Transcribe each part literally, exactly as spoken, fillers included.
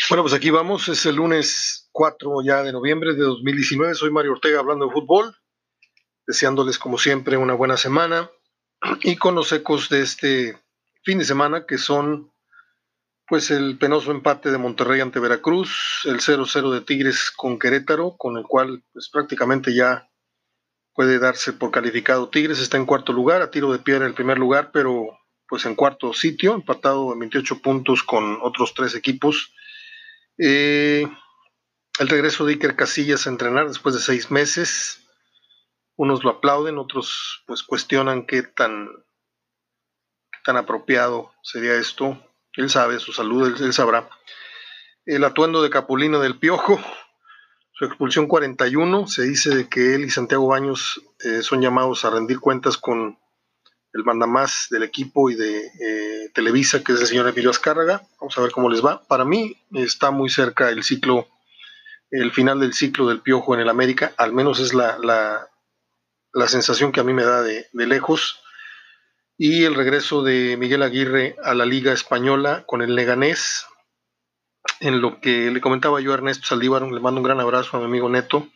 Bueno, pues aquí vamos, es el lunes cuatro ya de noviembre de dos mil diecinueve, soy Mario Ortega hablando de fútbol, deseándoles como siempre una buena semana y con los ecos de este fin de semana que son pues el penoso empate de Monterrey ante Veracruz, el cero cero de Tigres con Querétaro, con el cual pues prácticamente ya puede darse por calificado Tigres, está en cuarto lugar, a tiro de piedra el primer lugar, pero pues en cuarto sitio, empatado en veintiocho puntos con otros tres equipos. Eh, el regreso de Iker Casillas a entrenar después de seis meses, unos lo aplauden, otros pues cuestionan qué tan, qué tan apropiado sería esto. Él sabe su salud, él, él sabrá. El atuendo de Capulino del Piojo, su expulsión cuarenta y uno, se dice de que él y Santiago Baños eh, son llamados a rendir cuentas con el mandamás del equipo y de eh, Televisa, que es el señor Emilio Azcárraga. Vamos a ver cómo les va. Para mí está muy cerca el ciclo, el final del ciclo del Piojo en el América, al menos es la, la, la sensación que a mí me da de, de lejos. Y el regreso de Miguel Aguirre a la Liga Española con el Leganés, en lo que le comentaba yo a Ernesto Saldívar, le mando un gran abrazo a mi amigo Neto.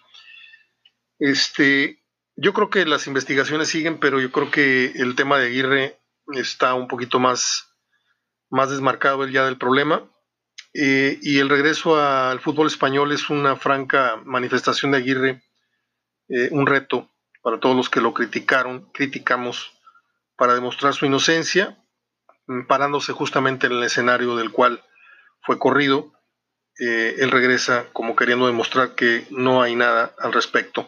Este, yo creo que las investigaciones siguen, pero yo creo que el tema de Aguirre está un poquito más, más desmarcado el ya del problema. Eh, y el regreso al fútbol español es una franca manifestación de Aguirre, eh, un reto para todos los que lo criticaron, criticamos, para demostrar su inocencia, parándose justamente en el escenario del cual fue corrido. Eh, él regresa como queriendo demostrar que no hay nada al respecto.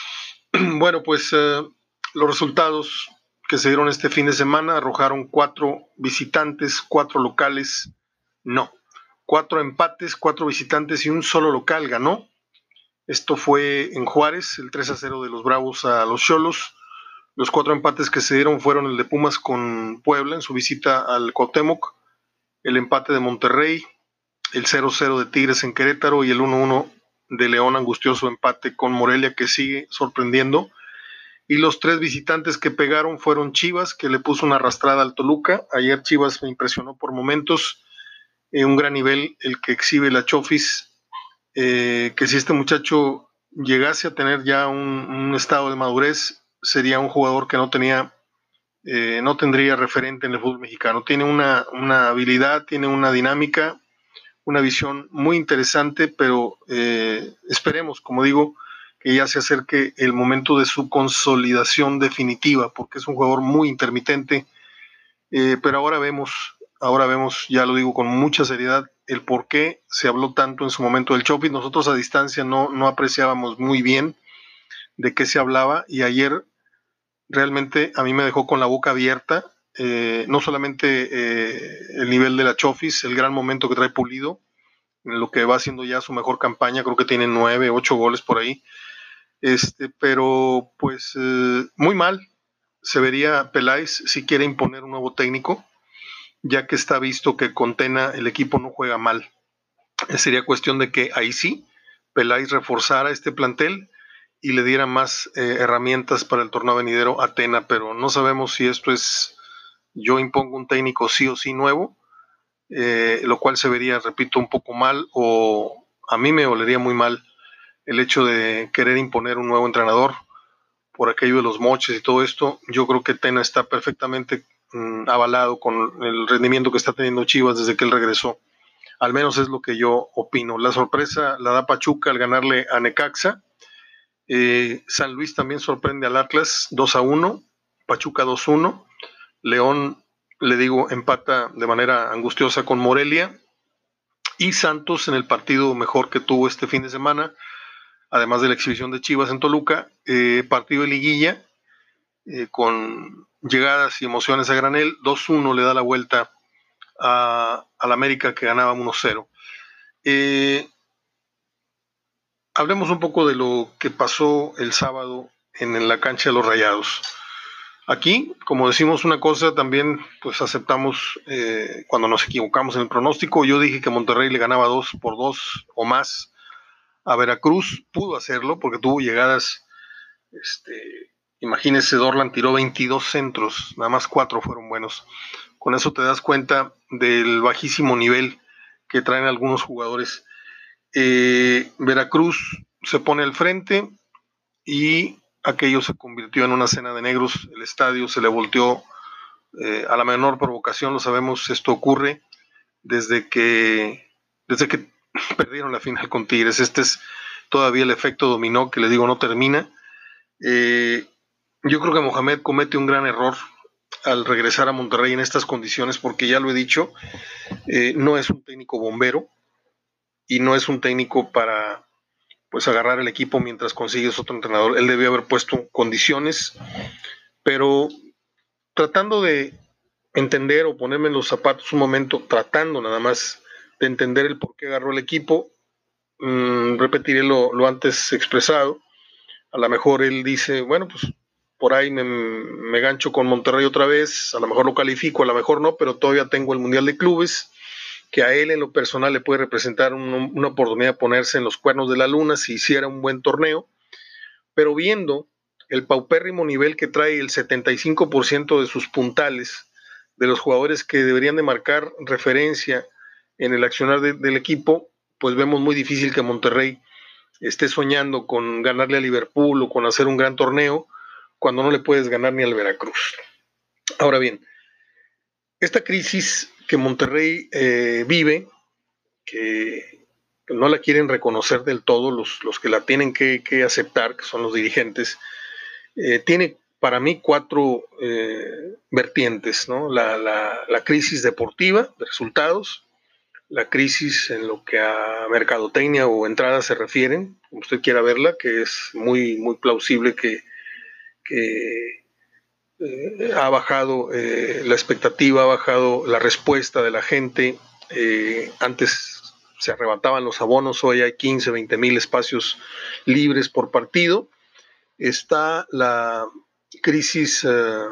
Bueno, pues eh, los resultados que se dieron este fin de semana arrojaron cuatro visitantes, cuatro locales, no, cuatro empates, cuatro visitantes y un solo local ganó. Esto fue en Juárez, el tres a cero de los Bravos a los Xolos. Los cuatro empates que se dieron fueron el de Pumas con Puebla en su visita al Cuauhtémoc, el empate de Monterrey, el cero cero de Tigres en Querétaro y el uno uno de León, angustioso empate con Morelia que sigue sorprendiendo. Y los tres visitantes que pegaron fueron Chivas, que le puso una arrastrada al Toluca. Ayer Chivas me impresionó por momentos, eh, un gran nivel el que exhibe la Chofis, eh, que si este muchacho llegase a tener ya un, un estado de madurez, sería un jugador que no tenía, eh, no tendría referente en el fútbol mexicano. Tiene una, una habilidad, tiene una dinámica, una visión muy interesante, pero eh, esperemos, como digo, que ya se acerque el momento de su consolidación definitiva, porque es un jugador muy intermitente, eh, pero ahora vemos, ahora vemos, ya lo digo con mucha seriedad, el por qué se habló tanto en su momento del Chofis. Nosotros a distancia no, no apreciábamos muy bien de qué se hablaba y ayer realmente a mí me dejó con la boca abierta, eh, no solamente eh, el nivel de la Chofis, el gran momento que trae Pulido, en lo que va haciendo ya su mejor campaña, creo que tiene nueve, ocho goles por ahí, este, pero pues eh, muy mal se vería Peláez si quiere imponer un nuevo técnico, ya que está visto que con Tena el equipo no juega mal. Eh, sería cuestión de que ahí sí Peláez reforzara este plantel y le diera más eh, herramientas para el torneo venidero a Tena, pero no sabemos si esto es yo impongo un técnico sí o sí nuevo, eh, lo cual se vería, repito, un poco mal, o a mí me olería muy mal el hecho de querer imponer un nuevo entrenador por aquello de los moches y todo esto. Yo creo que Tena está perfectamente mmm, avalado con el rendimiento que está teniendo Chivas desde que él regresó. Al menos es lo que yo opino. La sorpresa la da Pachuca al ganarle a Necaxa. Eh, San Luis también sorprende al Atlas dos a uno, Pachuca dos a uno. León, le digo, empata de manera angustiosa con Morelia. Y Santos en el partido mejor que tuvo este fin de semana, además de la exhibición de Chivas en Toluca, eh, partido de liguilla, eh, con llegadas y emociones a granel, dos a uno le da la vuelta a, a la América que ganaba uno cero. Eh, hablemos un poco de lo que pasó el sábado en, en la cancha de los Rayados. Aquí, como decimos una cosa, también pues aceptamos eh, cuando nos equivocamos en el pronóstico. Yo dije que Monterrey le ganaba dos por dos o más a Veracruz, pudo hacerlo porque tuvo llegadas, este, imagínese, Dorlan tiró veintidós centros, nada más cuatro fueron buenos. Con eso te das cuenta del bajísimo nivel que traen algunos jugadores. Eh, Veracruz se pone al frente y aquello se convirtió en una cena de negros. El estadio se le volteó eh, a la menor provocación. Lo sabemos, esto ocurre desde que desde que perdieron la final con Tigres. Este es todavía el efecto dominó que le digo no termina. Eh, yo creo que Mohamed comete un gran error al regresar a Monterrey en estas condiciones, porque ya lo he dicho, eh, no es un técnico bombero y no es un técnico para pues agarrar el equipo mientras consigues otro entrenador. Él debió haber puesto condiciones, pero tratando de entender o ponerme en los zapatos un momento, tratando nada más de entender el por qué agarró el equipo, mmm, repetiré lo, lo antes expresado. A lo mejor él dice, bueno, pues por ahí me, me gancho con Monterrey otra vez, a lo mejor lo califico, a lo mejor no, pero todavía tengo el Mundial de Clubes, que a él en lo personal le puede representar un, una oportunidad de ponerse en los cuernos de la luna si hiciera un buen torneo, pero viendo el paupérrimo nivel que trae el setenta y cinco por ciento de sus puntales, de los jugadores que deberían de marcar referencia en el accionar de, del equipo, pues vemos muy difícil que Monterrey esté soñando con ganarle a Liverpool o con hacer un gran torneo cuando no le puedes ganar ni al Veracruz. Ahora bien, esta crisis que Monterrey eh, vive, que no la quieren reconocer del todo los, los que la tienen que, que aceptar, que son los dirigentes, eh, tiene para mí cuatro eh, vertientes, ¿no? La, la, la crisis deportiva de resultados, la crisis en lo que a mercadotecnia o entrada se refieren, como usted quiera verla, que es muy, muy plausible que, que eh, ha bajado eh, la expectativa, ha bajado la respuesta de la gente. Eh, antes se arrebataban los abonos, hoy hay quince, veinte mil espacios libres por partido. Está la crisis eh,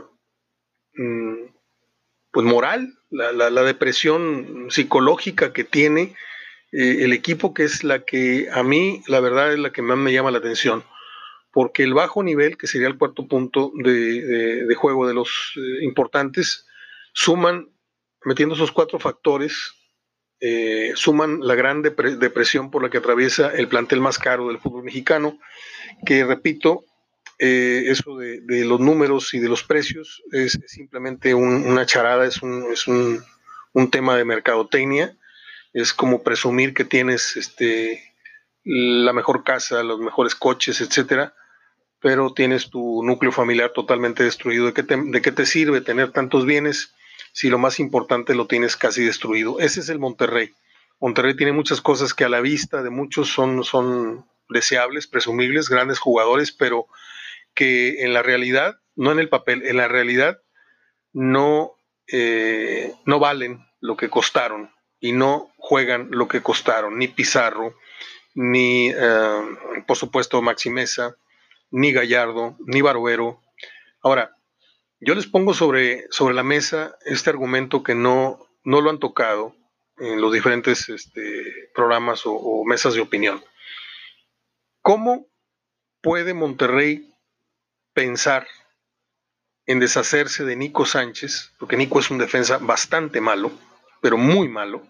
pues moral, la, la, la depresión psicológica que tiene eh, el equipo, que es la que a mí, la verdad, es la que más me llama la atención, porque el bajo nivel, que sería el cuarto punto de, de, de juego de los eh, importantes, suman, metiendo esos cuatro factores, eh, suman la gran depre depresión por la que atraviesa el plantel más caro del fútbol mexicano, que repito, eh, eso de, de, los números y de los precios es simplemente un, una charada, es, un, es un, un tema de mercadotecnia. Es como presumir que tienes este, la mejor casa, los mejores coches, etcétera, pero tienes tu núcleo familiar totalmente destruido. ¿De qué te, de qué te sirve tener tantos bienes si lo más importante lo tienes casi destruido? Ese es el Monterrey. Monterrey tiene muchas cosas que a la vista de muchos son, son deseables, presumibles, grandes jugadores, pero que en la realidad, no en el papel, en la realidad no, eh, no valen lo que costaron y no juegan lo que costaron, ni Pizarro, ni eh, por supuesto Maxi Meza, ni Gallardo, ni Barovero. Ahora, yo les pongo sobre, sobre la mesa este argumento que no, no lo han tocado en los diferentes este, programas o, o mesas de opinión. ¿Cómo puede Monterrey pensar en deshacerse de Nico Sánchez, porque Nico es un defensa bastante malo, pero muy malo,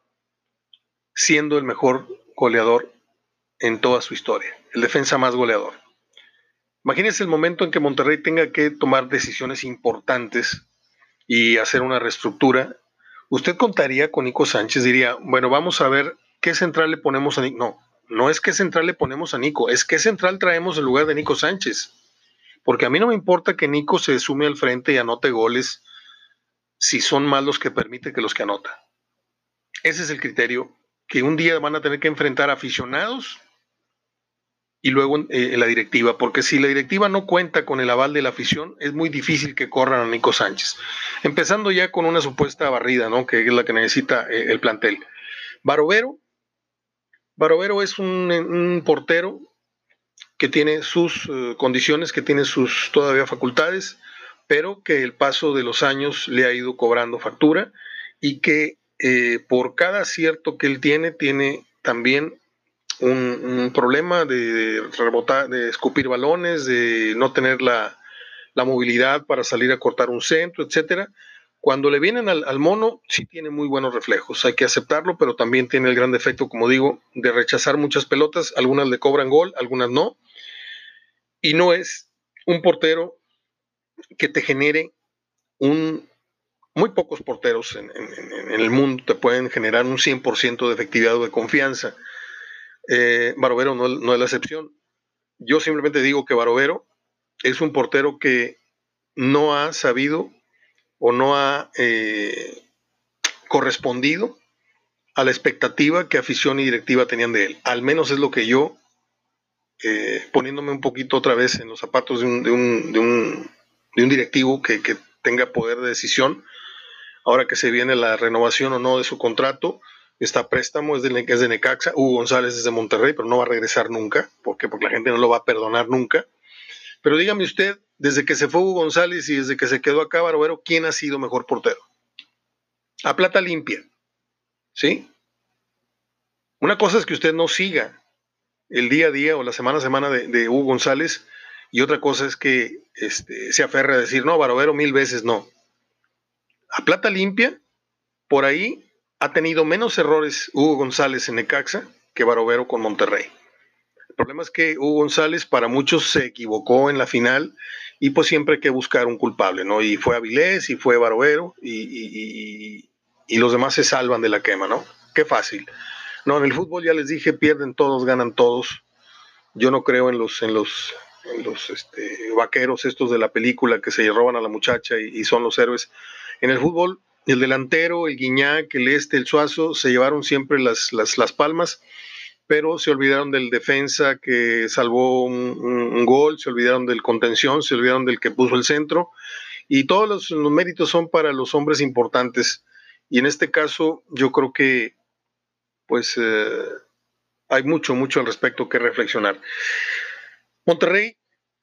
siendo el mejor goleador en toda su historia, el defensa más goleador? Imagínense el momento en que Monterrey tenga que tomar decisiones importantes y hacer una reestructura. ¿Usted contaría con Nico Sánchez? Diría, bueno, vamos a ver qué central le ponemos a Nico. No, no es qué central le ponemos a Nico, es qué central traemos en lugar de Nico Sánchez. Porque a mí no me importa que Nico se sume al frente y anote goles si son más los que permite que los que anota. Ese es el criterio que un día van a tener que enfrentar aficionados y luego eh, la directiva, porque si la directiva no cuenta con el aval de la afición, es muy difícil que corran a Nico Sánchez. Empezando ya con una supuesta barrida, ¿no? Que es la que necesita eh, el plantel. Barovero, Barovero es un, un portero que tiene sus uh, condiciones, que tiene sus todavía facultades, pero que el paso de los años le ha ido cobrando factura y que eh, por cada acierto que él tiene, tiene también un, un problema de rebotar, de escupir balones, de no tener la, la movilidad para salir a cortar un centro, etcétera. Cuando le vienen al, al mono, sí tiene muy buenos reflejos, hay que aceptarlo, pero también tiene el gran defecto, como digo, de rechazar muchas pelotas, algunas le cobran gol, algunas no, y no es un portero que te genere un... Muy pocos porteros en, en, en el mundo te pueden generar un cien por ciento de efectividad o de confianza. Eh, Barovero no, no es la excepción. Yo simplemente digo que Barovero es un portero que no ha sabido o no ha eh, correspondido a la expectativa que afición y directiva tenían de él. Al menos es lo que yo, eh, poniéndome un poquito otra vez en los zapatos de un, de un, de un, de un directivo que, que tenga poder de decisión, ahora que se viene la renovación o no de su contrato, está préstamo, es de, es de Necaxa, Hugo González es de Monterrey, pero no va a regresar nunca, ¿por qué? Porque la gente no lo va a perdonar nunca. Pero dígame usted, desde que se fue Hugo González y desde que se quedó acá Barovero, ¿quién ha sido mejor portero? A plata limpia, ¿sí? Una cosa es que usted no siga el día a día o la semana a semana de, de Hugo González, y otra cosa es que este, se aferre a decir, no, Barovero mil veces no. A plata limpia, por ahí ha tenido menos errores Hugo González en Necaxa que Barovero con Monterrey. El problema es que Hugo González para muchos se equivocó en la final y pues siempre hay que buscar un culpable, ¿no? Y fue Avilés y fue Barovero y, y, y, y los demás se salvan de la quema, ¿no? Qué fácil. No, en el fútbol ya les dije, pierden todos, ganan todos. Yo no creo en los, en los, en los este, vaqueros estos de la película que se roban a la muchacha y, y son los héroes. En el fútbol, el delantero, el Guiñac, el Este, el Suazo, se llevaron siempre las, las, las palmas, pero se olvidaron del defensa que salvó un, un, un, gol, se olvidaron del contención, se olvidaron del que puso el centro, y todos los, los méritos son para los hombres importantes. Y en este caso, yo creo que pues eh, hay mucho, mucho al respecto que reflexionar. Monterrey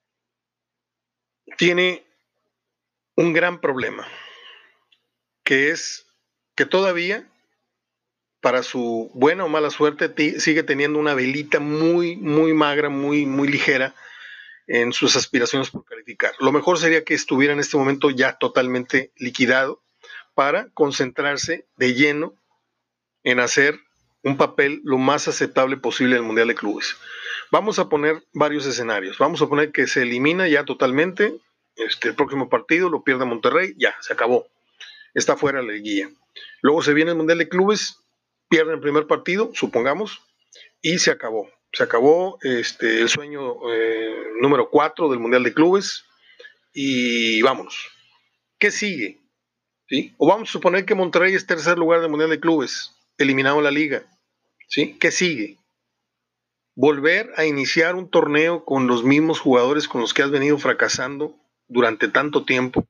tiene un gran problema, que es que todavía, para su buena o mala suerte, sigue teniendo una velita muy, muy magra, muy, muy ligera en sus aspiraciones por calificar. Lo mejor sería que estuviera en este momento ya totalmente liquidado para concentrarse de lleno en hacer un papel lo más aceptable posible en el Mundial de Clubes. Vamos a poner varios escenarios. Vamos a poner que se elimina ya totalmente. Este, el próximo partido lo pierde Monterrey, ya, se acabó. Está fuera la liguilla. Luego se viene el Mundial de Clubes, pierde el primer partido, supongamos, y se acabó. Se acabó este, el sueño eh, número cuatro del Mundial de Clubes y vámonos. ¿Qué sigue? ¿Sí? O vamos a suponer que Monterrey es tercer lugar del Mundial de Clubes, eliminado en la liga. ¿Sí? ¿Qué sigue? Volver a iniciar un torneo con los mismos jugadores con los que has venido fracasando durante tanto tiempo.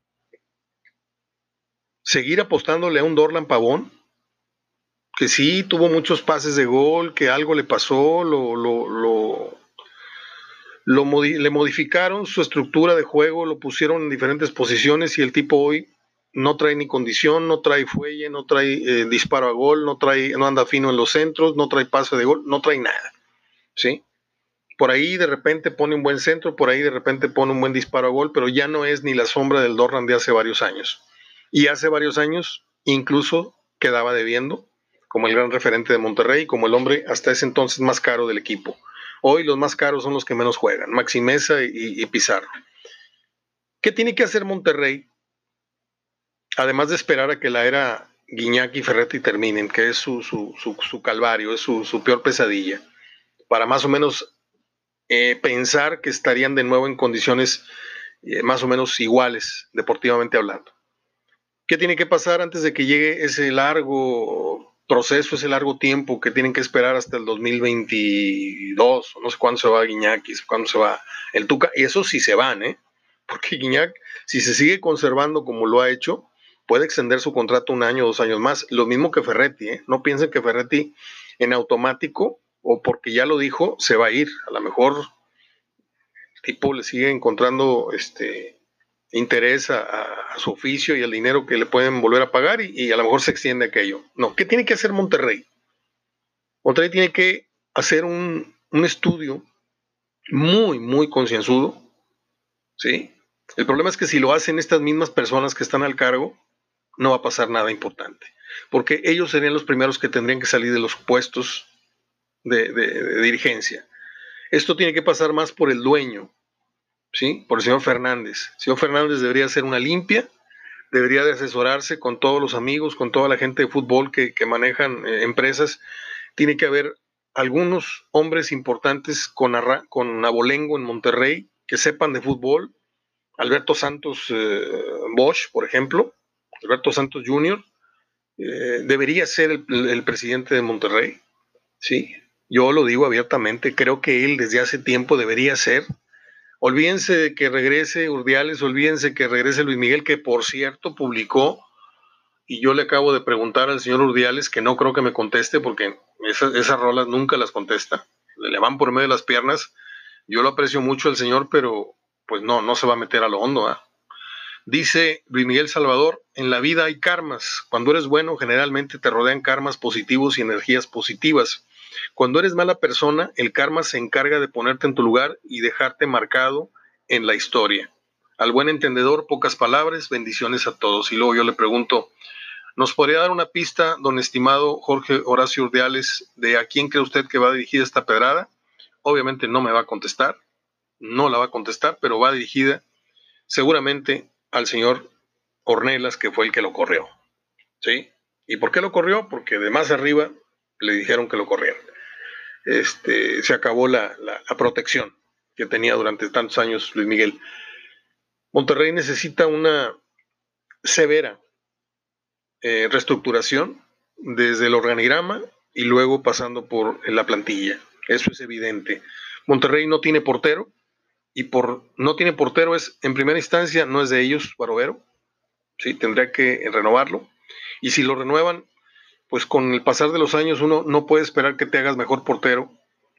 Seguir apostándole a un Dorlan Pavón, que sí tuvo muchos pases de gol, que algo le pasó, lo, lo, lo, lo modi- le modificaron su estructura de juego, lo pusieron en diferentes posiciones y el tipo hoy no trae ni condición, no trae fuelle, no trae eh, disparo a gol, no trae, no anda fino en los centros, no trae pase de gol, no trae nada, ¿sí? Por ahí de repente pone un buen centro, por ahí de repente pone un buen disparo a gol, pero ya no es ni la sombra del Dorlan de hace varios años. Y hace varios años incluso quedaba debiendo como el gran referente de Monterrey, como el hombre hasta ese entonces más caro del equipo. Hoy los más caros son los que menos juegan, Maxi Meza y, y Pizarro. ¿Qué tiene que hacer Monterrey? Además de esperar a que la era Guiñac y Ferretti terminen, que es su, su, su, su calvario, es su, su peor pesadilla, para más o menos eh, pensar que estarían de nuevo en condiciones eh, más o menos iguales, deportivamente hablando. ¿Qué tiene que pasar antes de que llegue ese largo proceso, ese largo tiempo que tienen que esperar hasta el dos mil veintidós? No sé cuándo se va Guiñac y cuándo se va el Tuca, y eso sí se van, ¿eh? Porque Guiñac, si se sigue conservando como lo ha hecho, puede extender su contrato un año o dos años más. Lo mismo que Ferretti, ¿eh? No piensen que Ferretti en automático o porque ya lo dijo, se va a ir. A lo mejor el tipo le sigue encontrando este interés a, a, su oficio y al dinero que le pueden volver a pagar y, y a lo mejor se extiende aquello. No, ¿qué tiene que hacer Monterrey? Monterrey tiene que hacer un, un estudio muy, muy concienzudo, ¿sí? El problema es que si lo hacen estas mismas personas que están al cargo, no va a pasar nada importante, porque ellos serían los primeros que tendrían que salir de los puestos de, de, de dirigencia. Esto tiene que pasar más por el dueño, ¿sí? Por el señor Fernández. El señor Fernández debería hacer una limpia, debería de asesorarse con todos los amigos, con toda la gente de fútbol que, que manejan eh, empresas. Tiene que haber algunos hombres importantes con, arra, con abolengo en Monterrey que sepan de fútbol. Alberto Santos eh, Bosch, por ejemplo, Alberto Santos junior, eh, debería ser el, el presidente de Monterrey, ¿sí? Yo lo digo abiertamente, creo que él desde hace tiempo debería ser. Olvídense de que regrese Urdiales, olvídense que regrese Luis Miguel, que por cierto publicó, y yo le acabo de preguntar al señor Urdiales, que no creo que me conteste, porque esas, esas rolas nunca las contesta, le van por medio de las piernas. Yo lo aprecio mucho al señor, pero pues no, no se va a meter a lo hondo, ¿eh? Dice Luis Miguel Salvador, en la vida hay karmas. Cuando eres bueno, generalmente te rodean karmas positivos y energías positivas. Cuando eres mala persona, el karma se encarga de ponerte en tu lugar y dejarte marcado en la historia. Al buen entendedor, pocas palabras, bendiciones a todos. Y luego yo le pregunto, ¿nos podría dar una pista, don estimado Jorge Horacio Urdiales, de a quién cree usted que va dirigida esta pedrada? Obviamente no me va a contestar, no la va a contestar, pero va dirigida seguramente al señor Ornelas, que fue el que lo corrió, ¿sí? ¿Y por qué lo corrió? Porque de más arriba le dijeron que lo corrieran. Este, se acabó la, la, la protección que tenía durante tantos años Luis Miguel. Monterrey necesita una severa eh, reestructuración desde el organigrama y luego pasando por la plantilla. Eso es evidente. Monterrey no tiene portero, y por no tiene portero es, en primera instancia, no es de ellos, Barovero, ¿sí? Tendría que renovarlo. Y si lo renuevan, pues con el pasar de los años uno no puede esperar que te hagas mejor portero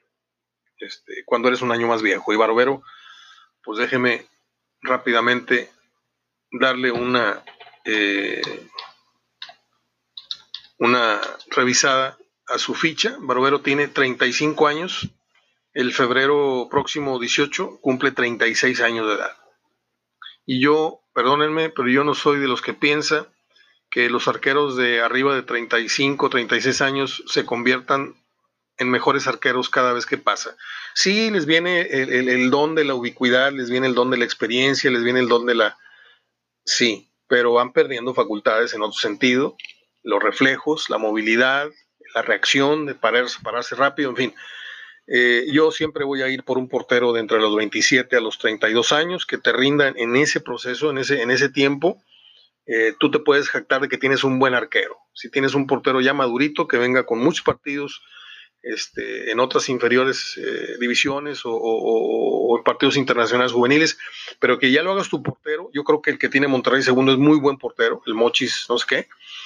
este, cuando eres un año más viejo. Y Barovero, pues déjeme rápidamente darle una, eh, una revisada a su ficha. Barovero tiene treinta y cinco años. El febrero próximo dieciocho cumple treinta y seis años de edad. Y yo, perdónenme, pero yo no soy de los que piensa que los arqueros de arriba de treinta y cinco, treinta y seis años se conviertan en mejores arqueros cada vez que pasa. Sí, les viene el, el, el don de la ubicuidad, les viene el don de la experiencia, les viene el don de la... Sí, pero van perdiendo facultades en otro sentido, los reflejos, la movilidad, la reacción de pararse, pararse rápido, en fin. Eh, yo siempre voy a ir por un portero de entre los veintisiete a los treinta y dos años que te rindan en ese proceso, en ese, en ese tiempo. Eh, tú te puedes jactar de que tienes un buen arquero. Si tienes un portero ya madurito que venga con muchos partidos este, en otras inferiores eh, divisiones o, o, o partidos internacionales juveniles, pero que ya lo hagas tu portero. Yo creo que el que tiene Monterrey segundo es muy buen portero, el Mochis, no sé qué.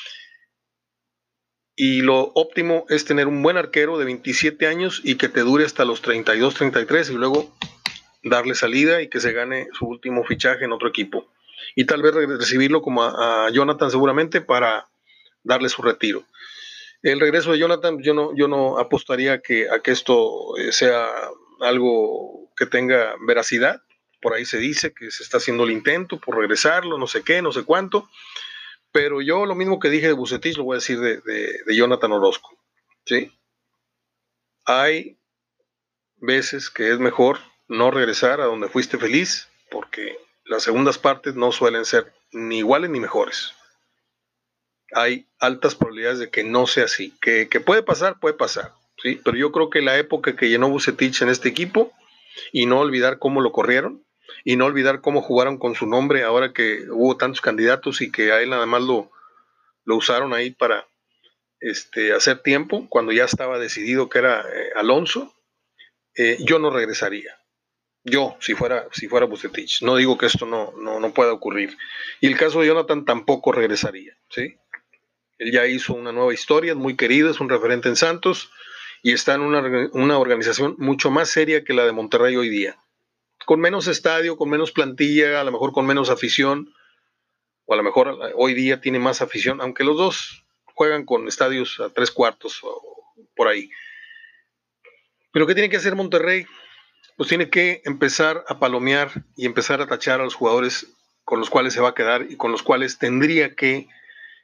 Y lo óptimo es tener un buen arquero de veintisiete años y que te dure hasta los treinta y dos, treinta y tres y luego darle salida y que se gane su último fichaje en otro equipo. Y tal vez recibirlo como a, a Jonathan seguramente para darle su retiro. El regreso de Jonathan, yo no, yo no apostaría que, a que esto sea algo que tenga veracidad. Por ahí se dice que se está haciendo el intento por regresarlo, no sé qué, no sé cuánto. Pero yo lo mismo que dije de Vucetich lo voy a decir de, de, de Jonathan Orozco, ¿sí? Hay veces que es mejor no regresar a donde fuiste feliz, porque las segundas partes no suelen ser ni iguales ni mejores. Hay altas probabilidades de que no sea así. Que, que puede pasar, puede pasar, ¿sí? Pero yo creo que la época que llenó Vucetich en este equipo, y no olvidar cómo lo corrieron, y no olvidar cómo jugaron con su nombre ahora que hubo tantos candidatos y que a él nada más lo, lo usaron ahí para este, hacer tiempo, cuando ya estaba decidido que era eh, Alonso, eh, yo no regresaría. Yo, si fuera, si fuera Vucetich. No digo que esto no, no, no pueda ocurrir. Y el caso de Jonathan tampoco regresaría, ¿sí? Él ya hizo una nueva historia, es muy querido, es un referente en Santos y está en una, una organización mucho más seria que la de Monterrey hoy día. Con menos estadio, con menos plantilla, a lo mejor con menos afición, o a lo mejor hoy día tiene más afición, aunque los dos juegan con estadios a tres cuartos o por ahí. Pero ¿qué tiene que hacer Monterrey? Pues tiene que empezar a palomear y empezar a tachar a los jugadores con los cuales se va a quedar y con los cuales tendría que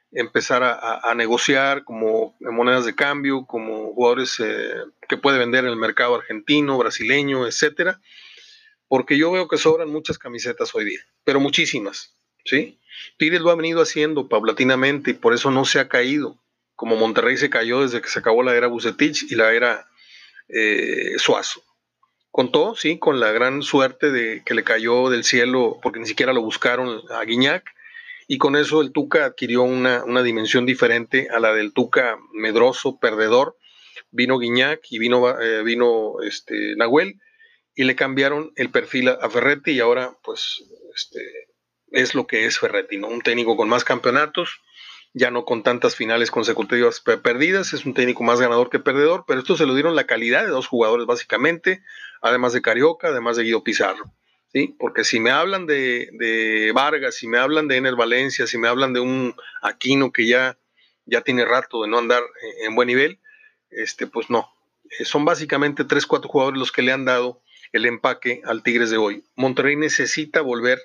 empezar a, a, a negociar como monedas de cambio, como jugadores eh, que puede vender en el mercado argentino, brasileño, etcétera, porque yo veo que sobran muchas camisetas hoy día, pero muchísimas, ¿sí? Tigres lo ha venido haciendo paulatinamente y por eso no se ha caído, como Monterrey se cayó desde que se acabó la era Bucetich y la era eh, Suazo. Contó, sí, con la gran suerte de que le cayó del cielo, porque ni siquiera lo buscaron a Guiñac, y con eso el Tuca adquirió una, una dimensión diferente a la del Tuca medroso, perdedor. Vino Guiñac y vino, eh, vino este, Nahuel, y le cambiaron el perfil a, a Ferretti, y ahora pues este, es lo que es Ferretti, ¿no? Un técnico con más campeonatos, ya no con tantas finales consecutivas perdidas, es un técnico más ganador que perdedor, pero esto se lo dieron la calidad de dos jugadores básicamente, además de Carioca, además de Guido Pizarro, ¿sí? Porque si me hablan de, de Vargas, si me hablan de Ener Valencia, si me hablan de un Aquino que ya, ya tiene rato de no andar en buen nivel, este, pues no, son básicamente tres, cuatro jugadores los que le han dado el empaque al Tigres de hoy. Monterrey necesita volver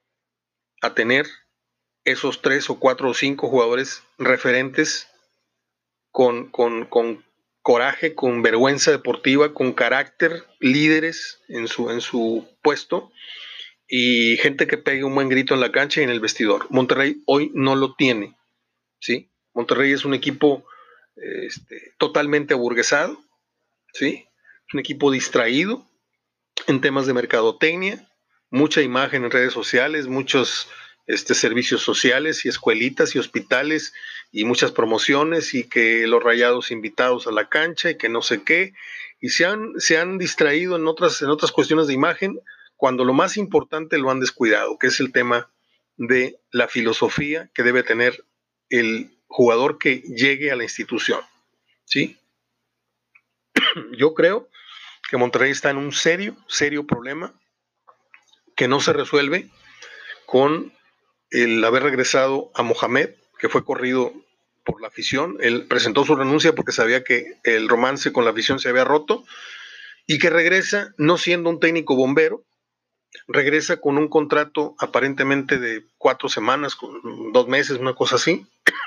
a tener esos tres o cuatro o cinco jugadores referentes con, con, con coraje, con vergüenza deportiva, con carácter, líderes en su, en su puesto y gente que pegue un buen grito en la cancha y en el vestidor. Monterrey hoy no lo tiene, ¿sí? Monterrey es un equipo este, totalmente aburguesado, ¿sí? Un equipo distraído en temas de mercadotecnia, mucha imagen en redes sociales, muchos este, servicios sociales y escuelitas y hospitales y muchas promociones y que los Rayados invitados a la cancha y que no sé qué, y se han, se han distraído en otras, en otras cuestiones de imagen cuando lo más importante lo han descuidado, que es el tema de la filosofía que debe tener el jugador que llegue a la institución, ¿sí? Yo creo que Monterrey está en un serio, serio problema que no se resuelve con el haber regresado a Mohamed, que fue corrido por la afición. Él presentó su renuncia porque sabía que el romance con la afición se había roto y que regresa no siendo un técnico bombero, regresa con un contrato aparentemente de cuatro semanas, con dos meses, una cosa así,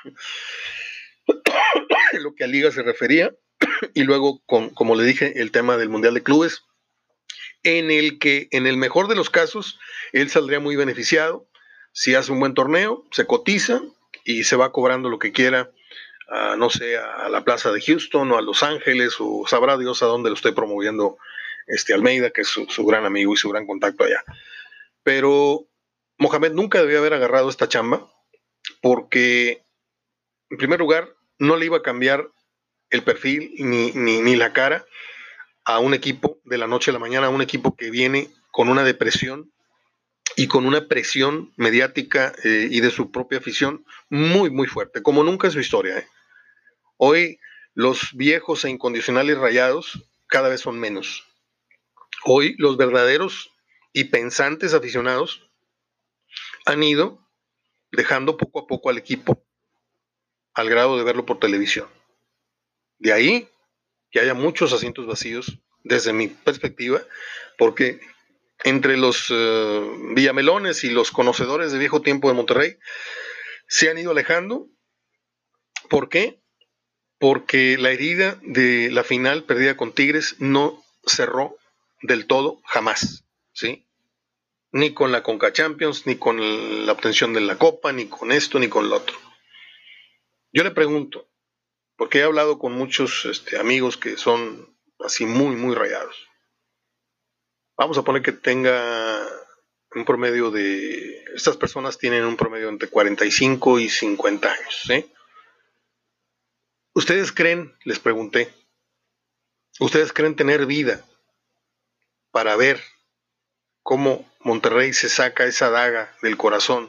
lo que a Liga se refería, y luego, con, como le dije, el tema del Mundial de Clubes, en el que en el mejor de los casos él saldría muy beneficiado. Si hace un buen torneo, se cotiza y se va cobrando lo que quiera, a, no sé, a la plaza de Houston o a Los Ángeles, o sabrá Dios a dónde lo estoy promoviendo este Almeida, que es su, su gran amigo y su gran contacto allá. Pero Mohamed nunca debió haber agarrado esta chamba porque, en primer lugar, no le iba a cambiar el perfil ni, ni, ni la cara a un equipo de la noche a la mañana, a un equipo que viene con una depresión y con una presión mediática eh, y de su propia afición muy, muy fuerte, como nunca en su historia. ¿eh? Hoy los viejos e incondicionales Rayados cada vez son menos. Hoy los verdaderos y pensantes aficionados han ido dejando poco a poco al equipo al grado de verlo por televisión. De ahí que haya muchos asientos vacíos desde mi perspectiva, porque entre los uh, villamelones y los conocedores de viejo tiempo de Monterrey se han ido alejando. ¿Por qué? Porque la herida de la final perdida con Tigres no cerró del todo jamás, ¿sí? Ni con la Conca Champions, ni con la obtención de la Copa, ni con esto, ni con lo otro. Yo le pregunto, porque he hablado con muchos este, amigos que son así muy, muy rayados. Vamos a poner que tenga un promedio de... Estas personas tienen un promedio entre cuarenta y cinco y cincuenta años, ¿sí? ¿Ustedes creen, les pregunté, ustedes creen tener vida para ver cómo Monterrey se saca esa daga del corazón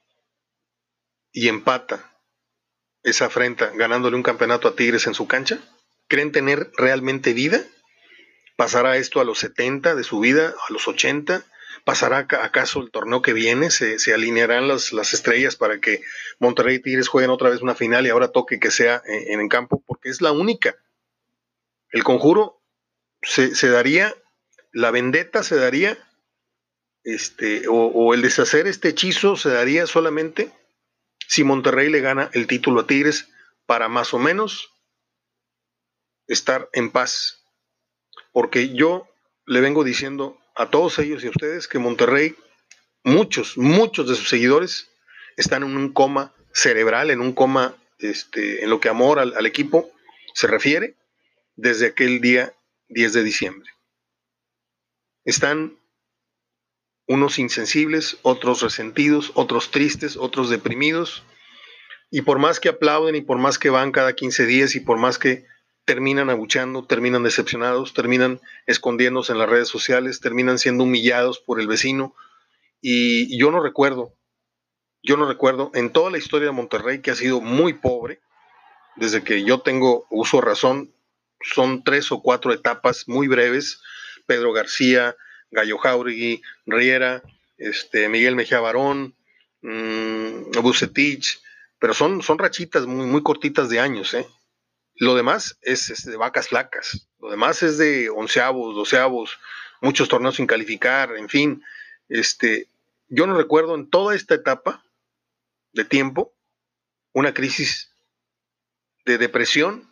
y empata esa afrenta ganándole un campeonato a Tigres en su cancha? ¿Creen tener realmente vida? ¿Pasará esto a los setenta de su vida, a los ochenta? ¿Pasará acaso el torneo que viene? ¿Se, se alinearán las, las estrellas para que Monterrey y Tigres jueguen otra vez una final y ahora toque que sea en, en el campo? Porque es la única. El conjuro se, se daría, la vendetta se daría, este, o, o el deshacer este hechizo se daría solamente si Monterrey le gana el título a Tigres para más o menos estar en paz. Porque yo le vengo diciendo a todos ellos y a ustedes que Monterrey, muchos, muchos de sus seguidores están en un coma cerebral, en un coma este, en lo que amor al, al equipo se refiere, desde aquel día diez de diciembre. Están unos insensibles, otros resentidos, otros tristes, otros deprimidos, y por más que aplauden y por más que van cada quince días y por más que terminan abucheando, terminan decepcionados, terminan escondiéndose en las redes sociales, terminan siendo humillados por el vecino, y yo no recuerdo, yo no recuerdo en toda la historia de Monterrey, que ha sido muy pobre, desde que yo tengo uso de razón, son tres o cuatro etapas muy breves: Pedro García, Gallo Jauregui, Riera, este, Miguel Mejía Barón, mmm, Bucetich, pero son, son rachitas muy, muy cortitas de años, ¿eh? Lo demás es, es de vacas flacas, lo demás es de onceavos, doceavos, muchos torneos sin calificar, en fin. Este, yo no recuerdo en toda esta etapa de tiempo una crisis de depresión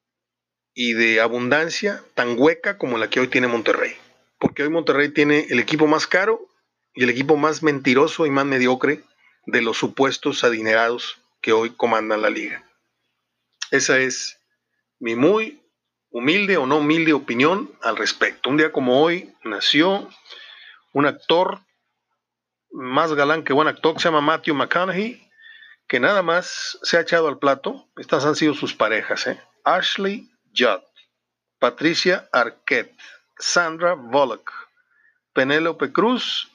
y de abundancia tan hueca como la que hoy tiene Monterrey. Porque hoy Monterrey tiene el equipo más caro y el equipo más mentiroso y más mediocre de los supuestos adinerados que hoy comandan la liga. Esa es mi muy humilde o no humilde opinión al respecto. Un día como hoy nació un actor más galán que buen actor, que se llama Matthew McConaughey, que nada más se ha echado al plato. Estas han sido sus parejas, ¿eh? Ashley Judd, Patricia Arquette, Sandra Bullock, Penélope Cruz,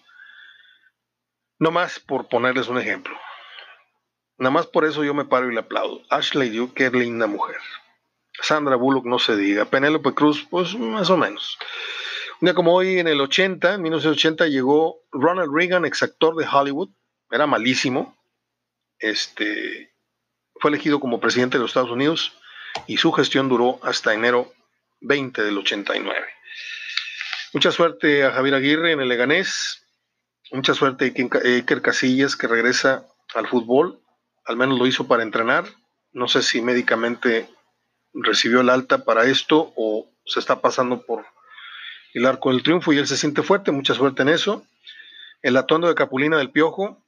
no más por ponerles un ejemplo. Nada más por eso yo me paro y le aplaudo. Ashley Judd, qué linda mujer. Sandra Bullock, no se diga. Penélope Cruz, pues más o menos. Un día como hoy, en el ochenta, en mil novecientos ochenta, llegó Ronald Reagan, exactor de Hollywood. Era malísimo. Este, fue elegido como presidente de los Estados Unidos y su gestión duró hasta enero veinte del ochenta y nueve. Mucha suerte a Javier Aguirre en el Leganés. Mucha suerte a Iker Casillas, que regresa al fútbol. Al menos lo hizo para entrenar. No sé si médicamente recibió el alta para esto o se está pasando por el arco del triunfo y él se siente fuerte. Mucha suerte en eso. El atuendo de Capulina del Piojo,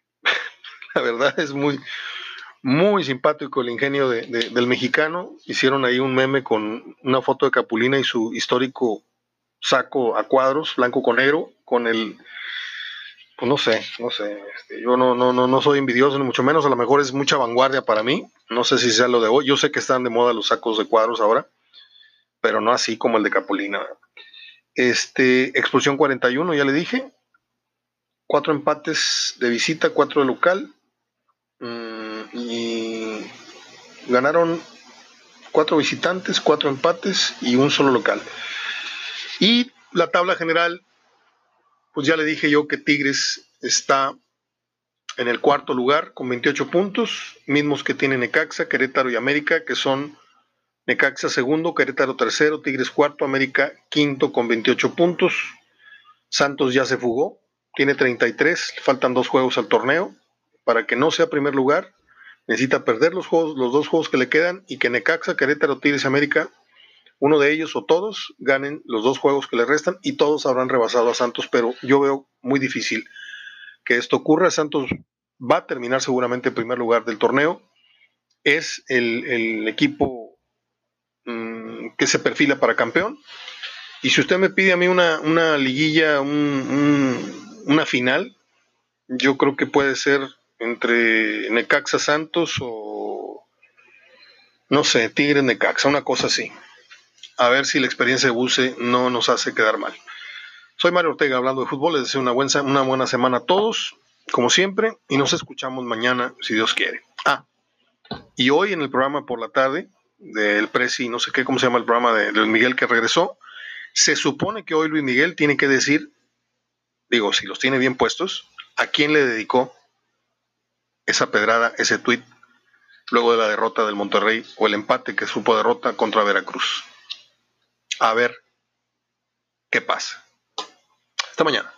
la verdad es muy, muy simpático el ingenio de, de, del mexicano. Hicieron ahí un meme con una foto de Capulina y su histórico saco a cuadros, blanco con negro, con el, pues no sé, no sé, este, yo no, no, no, no soy envidioso, ni mucho menos, a lo mejor es mucha vanguardia para mí, no sé si sea lo de hoy, yo sé que están de moda los sacos de cuadros ahora, pero no así como el de Capulina. Este, expulsión cuarenta y uno, ya le dije, cuatro empates de visita, cuatro de local, mmm, y ganaron cuatro visitantes, cuatro empates y un solo local. Y la tabla general, pues ya le dije yo que Tigres está en el cuarto lugar con veintiocho puntos, mismos que tienen Necaxa, Querétaro y América, que son Necaxa segundo, Querétaro tercero, Tigres cuarto, América quinto con veintiocho puntos. Santos ya se fugó, tiene treinta y tres, faltan dos juegos al torneo. Para que no sea primer lugar, necesita perder los, juegos, los dos juegos que le quedan y que Necaxa, Querétaro, Tigres y América, uno de ellos o todos, ganen los dos juegos que le restan y todos habrán rebasado a Santos, pero yo veo muy difícil que esto ocurra. Santos va a terminar seguramente en primer lugar del torneo. Es el, el equipo mmm, que se perfila para campeón. Y si usted me pide a mí una, una liguilla, un, un, una final, yo creo que puede ser entre Necaxa Santos o, no sé, Tigres Necaxa, una cosa así. A ver si la experiencia de Buce no nos hace quedar mal. Soy Mario Ortega, hablando de fútbol. Les deseo una buena, una buena semana a todos, como siempre, y nos escuchamos mañana, si Dios quiere. Ah, y hoy en el programa por la tarde del Presi, no sé qué, cómo se llama el programa de Luis Miguel que regresó, se supone que hoy Luis Miguel tiene que decir, digo, si los tiene bien puestos, a quién le dedicó esa pedrada, ese tuit, luego de la derrota del Monterrey o el empate que supo derrota contra Veracruz. A ver qué pasa. Hasta mañana.